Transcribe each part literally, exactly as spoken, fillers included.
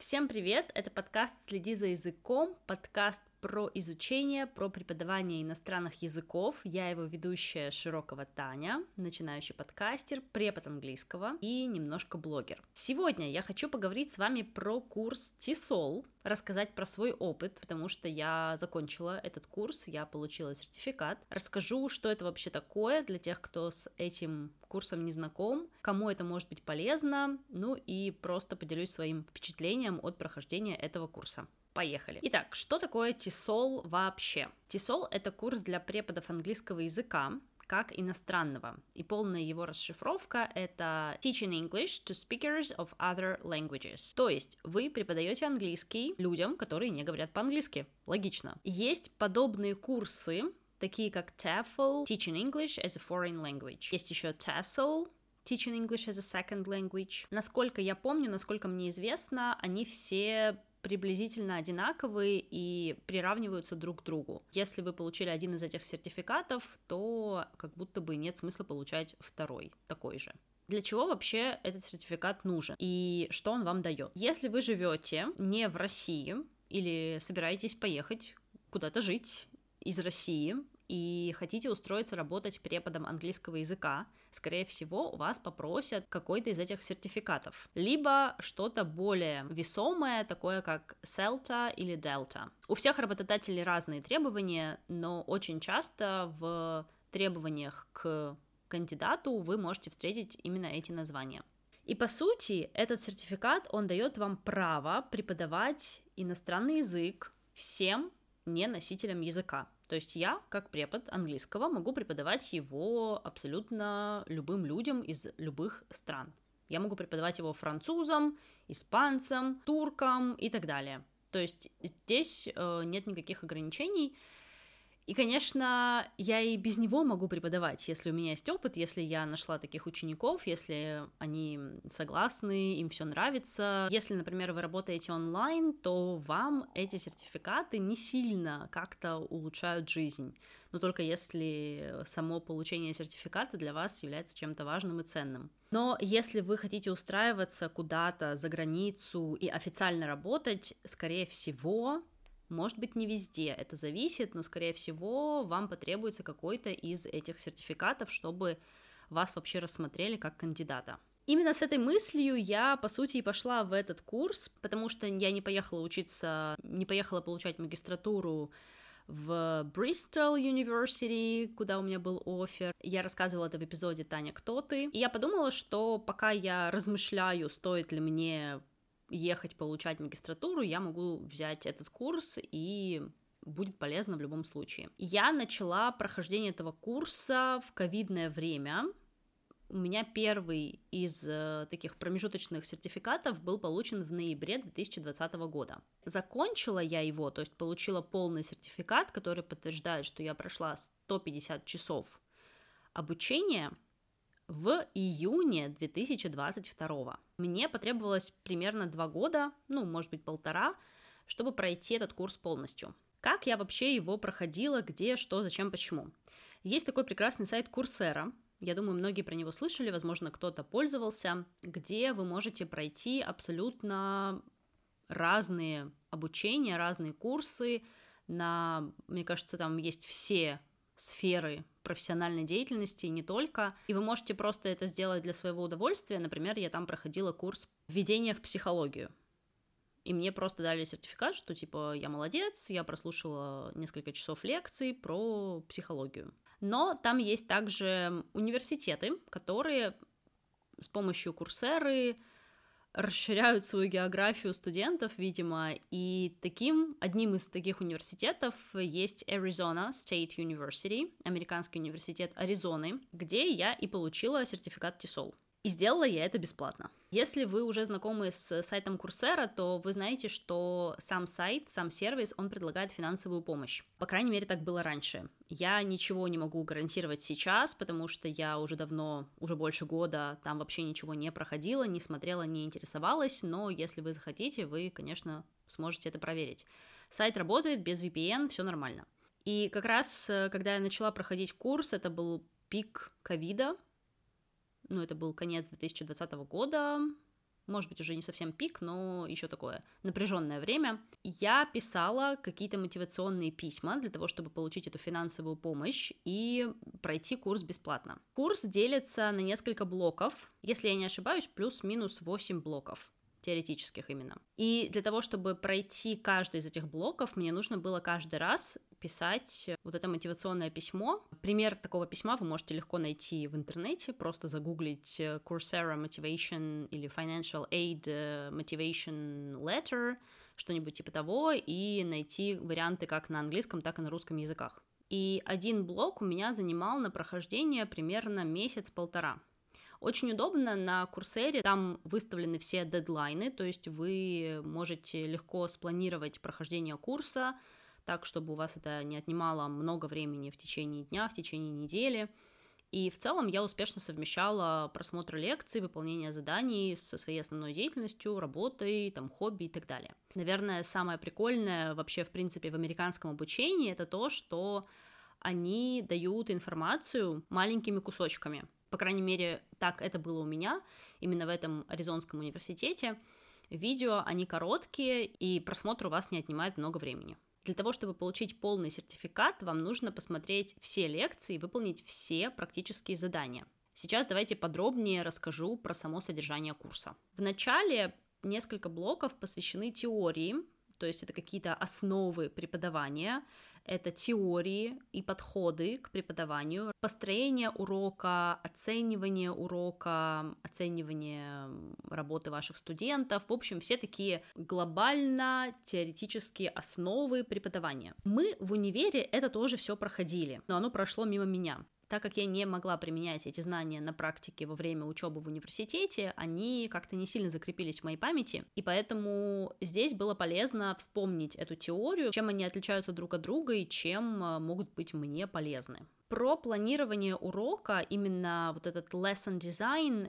Всем привет! Это подкаст «Следи за языком», подкаст про изучение, про преподавание иностранных языков. Я его ведущая Широкова Таня, начинающий подкастер, препод английского и немножко блогер. Сегодня я хочу поговорить с вами про курс тесол, рассказать про свой опыт, потому что я закончила этот курс, я получила сертификат. Расскажу, что это вообще такое для тех, кто с этим курсом не знаком, кому это может быть полезно, ну и просто поделюсь своим впечатлением от прохождения этого курса. Поехали. Итак, что такое тесол вообще? тесол — это курс для преподов английского языка, как иностранного, и полная его расшифровка — это Teaching English to Speakers of Other Languages. То есть вы преподаете английский людям, которые не говорят по-английски. Логично. Есть подобные курсы, такие как TEFL, Teaching English as a Foreign Language. Есть еще TESOL, Teaching English as a Second Language. Насколько я помню, насколько мне известно, они все приблизительно одинаковые и приравниваются друг к другу. Если вы получили один из этих сертификатов, то как будто бы нет смысла получать второй, такой же. Для чего вообще этот сертификат нужен и что он вам дает? Если вы живете не в России или собираетесь поехать куда-то жить из России и хотите устроиться работать преподом английского языка, скорее всего, у вас попросят какой-то из этих сертификатов, либо что-то более весомое, такое как селта или дельта. У всех работодателей разные требования, но очень часто в требованиях к кандидату вы можете встретить именно эти названия. И по сути, этот сертификат, он дает вам право преподавать иностранный язык всем не носителям языка. То есть я, как препод английского, могу преподавать его абсолютно любым людям из любых стран. Я могу преподавать его французам, испанцам, туркам и так далее. То есть здесь э, нет никаких ограничений. И, конечно, я и без него могу преподавать, если у меня есть опыт, если я нашла таких учеников, если они согласны, им все нравится. Если, например, вы работаете онлайн, то вам эти сертификаты не сильно как-то улучшают жизнь, но только если само получение сертификата для вас является чем-то важным и ценным. Но если вы хотите устраиваться куда-то за границу и официально работать, скорее всего, может быть, не везде, это зависит, но, скорее всего, вам потребуется какой-то из этих сертификатов, чтобы вас вообще рассмотрели как кандидата. Именно с этой мыслью я, по сути, и пошла в этот курс, потому что я не поехала учиться, не поехала получать магистратуру в Bristol University, куда у меня был оффер. Я рассказывала это в эпизоде «Таня, кто ты?». И я подумала, что пока я размышляю, стоит ли мне ехать получать магистратуру, я могу взять этот курс, и будет полезно в любом случае. Я начала прохождение этого курса в ковидное время. У меня первый из э, таких промежуточных сертификатов был получен в ноябре две тысячи двадцатого года. Закончила я его, то есть получила полный сертификат, который подтверждает, что я прошла сто пятьдесят часов обучения, в июне две тысячи двадцать второго. Мне потребовалось примерно два года, ну, может быть, полтора, чтобы пройти этот курс полностью. Как я вообще его проходила, где, что, зачем, почему? Есть такой прекрасный сайт Coursera, я думаю, многие про него слышали, возможно, кто-то пользовался, где вы можете пройти абсолютно разные обучения, разные курсы на, мне кажется, там есть все сферы профессиональной деятельности, и не только. И вы можете просто это сделать для своего удовольствия. Например, я там проходила курс введения в психологию. И мне просто дали сертификат, что типа я молодец, я прослушала несколько часов лекций про психологию. Но там есть также университеты, которые с помощью Курсеры расширяют свою географию студентов, видимо, и таким, одним из таких университетов есть Arizona State University, американский университет Аризоны, где я и получила сертификат тесол. И сделала я это бесплатно. Если вы уже знакомы с сайтом Coursera, то вы знаете, что сам сайт, сам сервис, он предлагает финансовую помощь. По крайней мере, так было раньше. Я ничего не могу гарантировать сейчас, потому что я уже давно, уже больше года там вообще ничего не проходила, не смотрела, не интересовалась, но если вы захотите, вы, конечно, сможете это проверить. Сайт работает без ви пи эн, все нормально. И как раз, когда я начала проходить курс, это был пик ковида, ну, это был конец две тысячи двадцатого года, может быть, уже не совсем пик, но еще такое напряженное время, я писала какие-то мотивационные письма для того, чтобы получить эту финансовую помощь и пройти курс бесплатно. Курс делится на несколько блоков, если я не ошибаюсь, плюс-минус восемь блоков. Теоретических именно. И для того, чтобы пройти каждый из этих блоков, мне нужно было каждый раз писать вот это мотивационное письмо. Пример такого письма вы можете легко найти в интернете, просто загуглить Coursera Motivation или Financial Aid Motivation Letter, что-нибудь типа того, и найти варианты как на английском, так и на русском языках. И один блок у меня занимал на прохождение примерно месяц-полтора. Очень удобно на Coursera, там выставлены все дедлайны, то есть вы можете легко спланировать прохождение курса так, чтобы у вас это не отнимало много времени в течение дня, в течение недели. И в целом я успешно совмещала просмотр лекций, выполнение заданий со своей основной деятельностью, работой, там, хобби и так далее. Наверное, самое прикольное вообще, в принципе, в американском обучении — это то, что они дают информацию маленькими кусочками. По крайней мере, так это было у меня, именно в этом Аризонском университете. Видео, они короткие, и просмотр у вас не отнимает много времени. Для того, чтобы получить полный сертификат, вам нужно посмотреть все лекции и выполнить все практические задания. Сейчас давайте подробнее расскажу про само содержание курса. В начале несколько блоков посвящены теории, то есть это какие-то основы преподавания, это теории и подходы к преподаванию, построение урока, оценивание урока, оценивание работы ваших студентов, в общем, все такие глобально теоретические основы преподавания. Мы в универе это тоже все проходили, но оно прошло мимо меня. Так как я не могла применять эти знания на практике во время учебы в университете, они как-то не сильно закрепились в моей памяти, и поэтому здесь было полезно вспомнить эту теорию, чем они отличаются друг от друга и чем могут быть мне полезны. Про планирование урока, именно вот этот lesson design,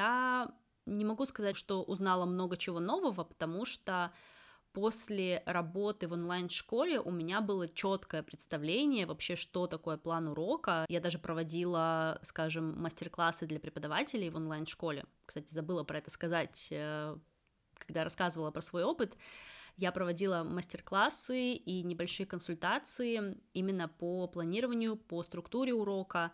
я не могу сказать, что узнала много чего нового, потому что после работы в онлайн-школе у меня было четкое представление вообще, что такое план урока. Я даже проводила, скажем, мастер-классы для преподавателей в онлайн-школе. Кстати, забыла про это сказать, когда рассказывала про свой опыт. Я проводила мастер-классы и небольшие консультации именно по планированию, по структуре урока.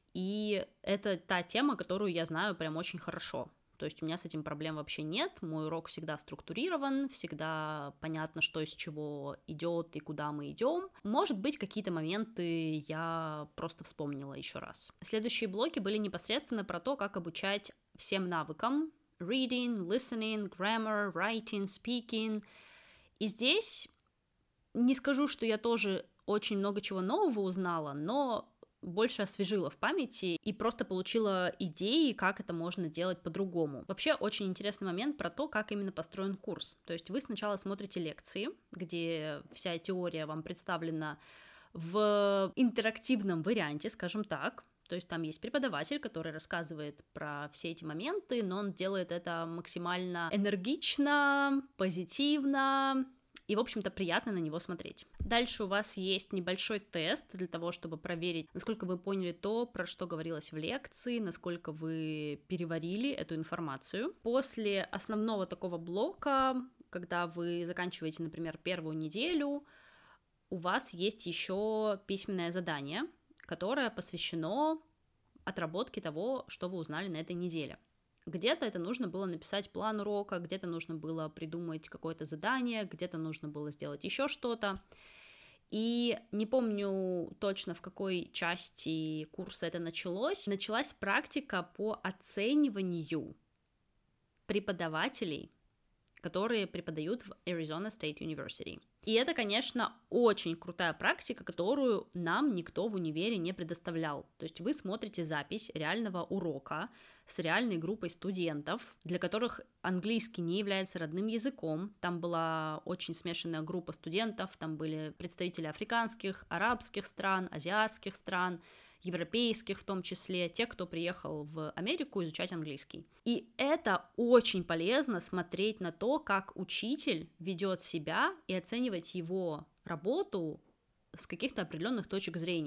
И это та тема, которую я знаю прям очень хорошо. То есть у меня с этим проблем вообще нет, мой урок всегда структурирован, всегда понятно, что из чего идет и куда мы идем. Может быть, какие-то моменты я просто вспомнила еще раз. Следующие блоки были непосредственно про то, как обучать всем навыкам: reading, listening, grammar, writing, speaking. И здесь не скажу, что я тоже очень много чего нового узнала, но больше освежила в памяти и просто получила идеи, как это можно делать по-другому. Вообще, очень интересный момент про то, как именно построен курс. То есть вы сначала смотрите лекции, где вся теория вам представлена в интерактивном варианте, скажем так. То есть там есть преподаватель, который рассказывает про все эти моменты, но он делает это максимально энергично, позитивно, и, в общем-то, приятно на него смотреть. Дальше у вас есть небольшой тест для того, чтобы проверить, насколько вы поняли то, про что говорилось в лекции, насколько вы переварили эту информацию. После основного такого блока, когда вы заканчиваете, например, первую неделю, у вас есть еще письменное задание, которое посвящено отработке того, что вы узнали на этой неделе. Где-то это нужно было написать план урока, где-то нужно было придумать какое-то задание, где-то нужно было сделать еще что-то. И не помню точно, в какой части курса это началось. Началась практика по оцениванию преподавателей, которые преподают в Arizona State University. И это, конечно, очень крутая практика, которую нам никто в универе не предоставлял. То есть вы смотрите запись реального урока с реальной группой студентов, для которых английский не является родным языком. Там была очень смешанная группа студентов, там были представители африканских, арабских стран, азиатских стран, европейских в том числе, те, кто приехал в Америку изучать английский. И это очень полезно смотреть на то, как учитель ведет себя и оценивать его работу с каких-то определенных точек зрения.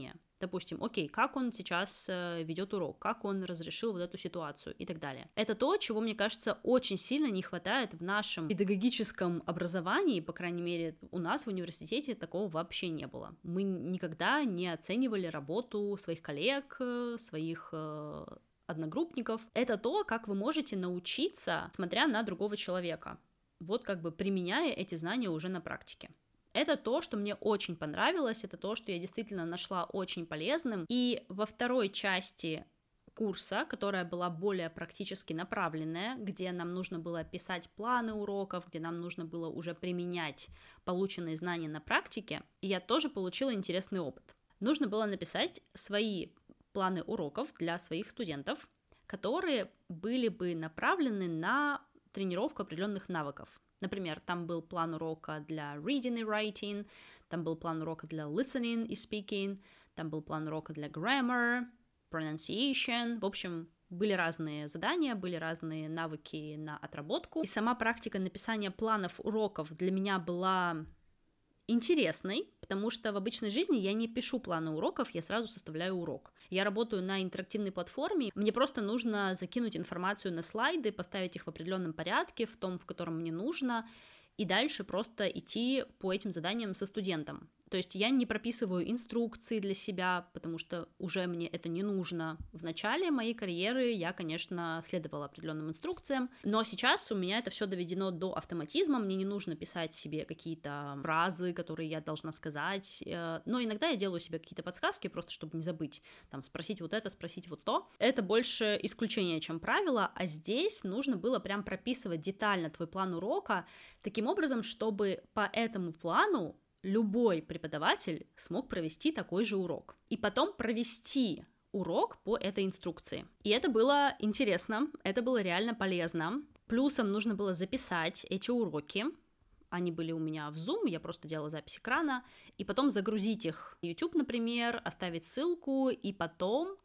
Допустим, окей, как он сейчас ведет урок, как он разрешил вот эту ситуацию и так далее. Это то, чего, мне кажется, очень сильно не хватает в нашем педагогическом образовании, по крайней мере, у нас в университете такого вообще не было. Мы никогда не оценивали работу своих коллег, своих одногруппников. Это то, как вы можете научиться, смотря на другого человека. Вот как бы применяя эти знания уже на практике. Это то, что мне очень понравилось, это то, что я действительно нашла очень полезным. И во второй части курса, которая была более практически направленная, где нам нужно было писать планы уроков, где нам нужно было уже применять полученные знания на практике, я тоже получила интересный опыт. Нужно было написать свои планы уроков для своих студентов, которые были бы направлены на тренировку определенных навыков. Например, там был план урока для reading и writing, там был план урока для listening и speaking, там был план урока для grammar, pronunciation. В общем, были разные задания, были разные навыки на отработку. И сама практика написания планов уроков для меня была интересной, потому что в обычной жизни я не пишу планы уроков, я сразу составляю урок. Я работаю на интерактивной платформе, мне просто нужно закинуть информацию на слайды, поставить их в определенном порядке, в том, в котором мне нужно, и дальше просто идти по этим заданиям со студентом. То есть я не прописываю инструкции для себя, потому что уже мне это не нужно. В начале моей карьеры я, конечно, следовала определенным инструкциям, но сейчас у меня это все доведено до автоматизма, мне не нужно писать себе какие-то фразы, которые я должна сказать, но иногда я делаю себе какие-то подсказки, просто чтобы не забыть, там, спросить вот это, спросить вот то. Это больше исключение, чем правило, а здесь нужно было прям прописывать детально твой план урока таким образом, чтобы по этому плану любой преподаватель смог провести такой же урок. И потом провести урок по этой инструкции. И это было интересно, это было реально полезно. Плюсом нужно было записать эти уроки. Они были у меня в Zoom, я просто делала запись экрана. И потом загрузить их в YouTube, например, оставить ссылку. И потом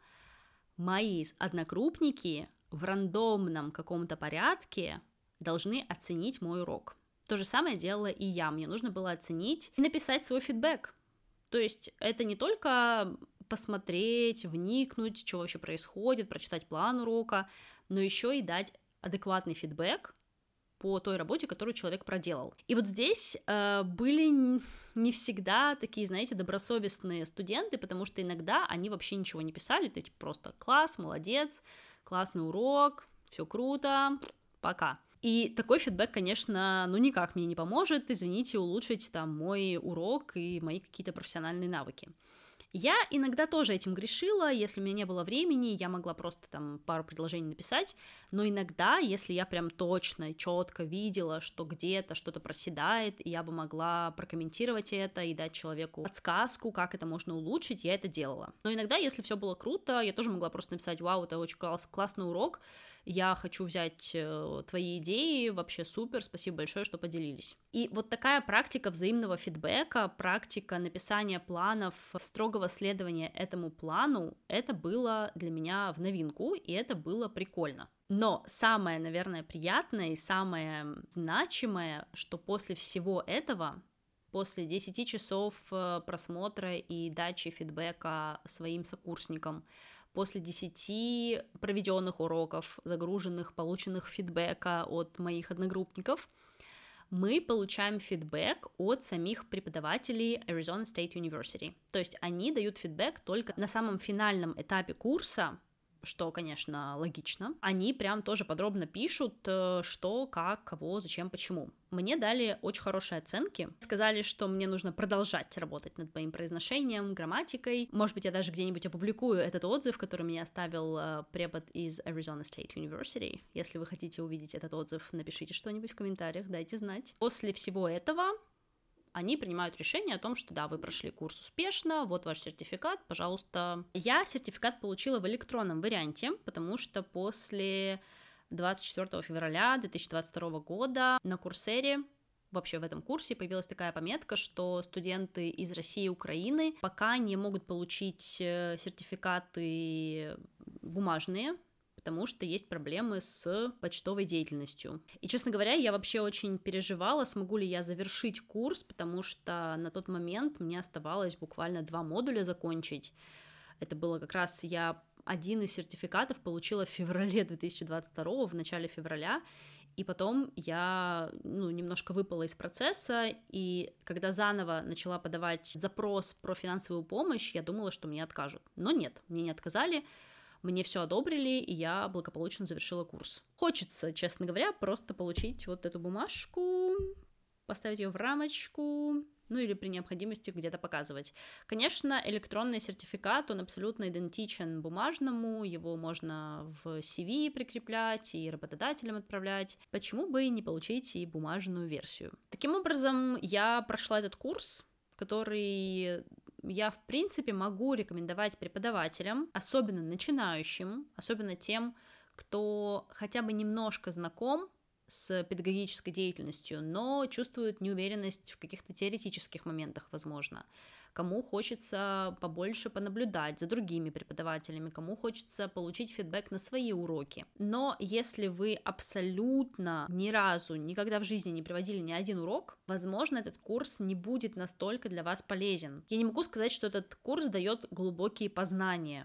мои одногруппники в рандомном каком-то порядке должны оценить мой урок. То же самое делала и я, мне нужно было оценить и написать свой фидбэк. То есть это не только посмотреть, вникнуть, что вообще происходит, прочитать план урока, но еще и дать адекватный фидбэк по той работе, которую человек проделал. И вот здесь э, были не всегда такие, знаете, добросовестные студенты, потому что иногда они вообще ничего не писали, то есть просто класс, молодец, классный урок, все круто, пока. И такой фидбэк, конечно, ну никак мне не поможет, извините, улучшить там мой урок и мои какие-то профессиональные навыки. Я иногда тоже этим грешила, если у меня не было времени, я могла просто там пару предложений написать, но иногда, если я прям точно, четко видела, что где-то что-то проседает, и я бы могла прокомментировать это и дать человеку подсказку, как это можно улучшить, я это делала. Но иногда, если все было круто, я тоже могла просто написать: вау, это очень класс, классный урок, я хочу взять э, твои идеи, вообще супер, спасибо большое, что поделились. И вот такая практика взаимного фидбэка, практика написания планов, строгого следования этому плану, это было для меня в новинку, и это было прикольно. Но самое, наверное, приятное и самое значимое, что после всего этого, после десяти часов просмотра и дачи фидбэка своим сокурсникам, после десяти проведенных уроков, загруженных, полученных фидбэка от моих одногруппников, мы получаем фидбэк от самих преподавателей Arizona State University. То есть они дают фидбэк только на самом финальном этапе курса, что, конечно, логично. Они прям тоже подробно пишут, что, как, кого, зачем, почему. Мне дали очень хорошие оценки. Сказали, что мне нужно продолжать работать над моим произношением, грамматикой. Может быть, я даже где-нибудь опубликую этот отзыв, который мне оставил препод из Arizona State University. Если вы хотите увидеть этот отзыв, напишите что-нибудь в комментариях, дайте знать. После всего этого они принимают решение о том, что да, вы прошли курс успешно, вот ваш сертификат, пожалуйста. Я сертификат получила в электронном варианте, потому что после двадцать четвёртого февраля две тысячи двадцать второго года на Курсере, вообще в этом курсе, появилась такая пометка, что студенты из России и Украины пока не могут получить сертификаты бумажные, потому что есть проблемы с почтовой деятельностью. И, честно говоря, я вообще очень переживала, смогу ли я завершить курс, потому что на тот момент мне оставалось буквально два модуля закончить. Это было как раз я один из сертификатов получила в феврале две тысячи двадцать второго, в начале февраля, и потом я, ну, немножко выпала из процесса, и когда заново начала подавать запрос про финансовую помощь, я думала, что мне откажут. Но нет, мне не отказали, мне все одобрили, и я благополучно завершила курс. Хочется, честно говоря, просто получить вот эту бумажку, поставить ее в рамочку, ну или при необходимости где-то показывать. Конечно, электронный сертификат, он абсолютно идентичен бумажному, его можно в си ви прикреплять и работодателям отправлять. Почему бы не получить и бумажную версию? Таким образом, я прошла этот курс, который я, в принципе, могу рекомендовать преподавателям, особенно начинающим, особенно тем, кто хотя бы немножко знаком с педагогической деятельностью, но чувствует неуверенность в каких-то теоретических моментах, возможно. Кому хочется побольше понаблюдать за другими преподавателями, кому хочется получить фидбэк на свои уроки. Но если вы абсолютно ни разу, никогда в жизни не проводили ни один урок, возможно, этот курс не будет настолько для вас полезен. Я не могу сказать, что этот курс дает глубокие познания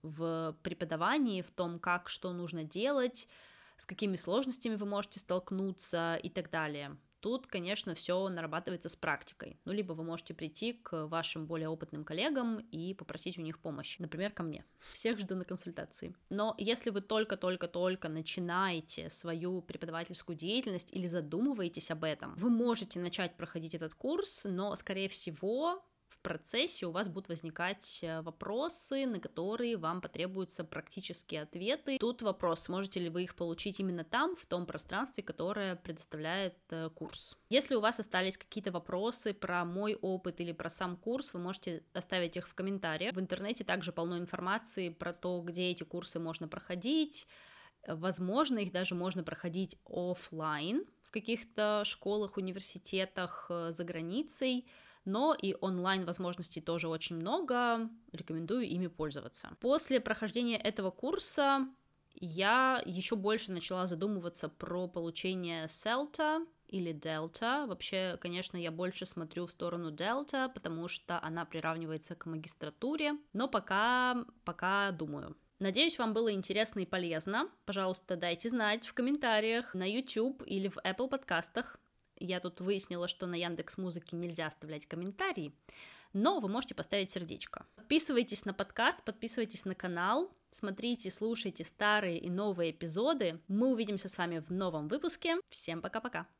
в преподавании, в том, как, что нужно делать, с какими сложностями вы можете столкнуться и так далее. Тут, конечно, все нарабатывается с практикой. Ну, либо вы можете прийти к вашим более опытным коллегам и попросить у них помощи. Например, ко мне. Всех жду на консультации. Но если вы только-только-только начинаете свою преподавательскую деятельность или задумываетесь об этом, вы можете начать проходить этот курс, но, скорее всего, в процессе у вас будут возникать вопросы, на которые вам потребуются практические ответы. Тут вопрос, сможете ли вы их получить именно там, в том пространстве, которое предоставляет курс. Если у вас остались какие-то вопросы про мой опыт или про сам курс, вы можете оставить их в комментариях. В интернете также полно информации про то, где эти курсы можно проходить. Возможно, их даже можно проходить офлайн в каких-то школах, университетах за границей. Но и онлайн-возможностей тоже очень много, рекомендую ими пользоваться. После прохождения этого курса я еще больше начала задумываться про получение селта или дельта. Вообще, конечно, я больше смотрю в сторону дельта, потому что она приравнивается к магистратуре, но пока, пока думаю. Надеюсь, вам было интересно и полезно. Пожалуйста, дайте знать в комментариях на YouTube или в Apple подкастах. Я тут выяснила, что на Яндекс.Музыке нельзя оставлять комментарии, но вы можете поставить сердечко. Подписывайтесь на подкаст, подписывайтесь на канал, смотрите, слушайте старые и новые эпизоды. Мы увидимся с вами в новом выпуске. Всем пока-пока!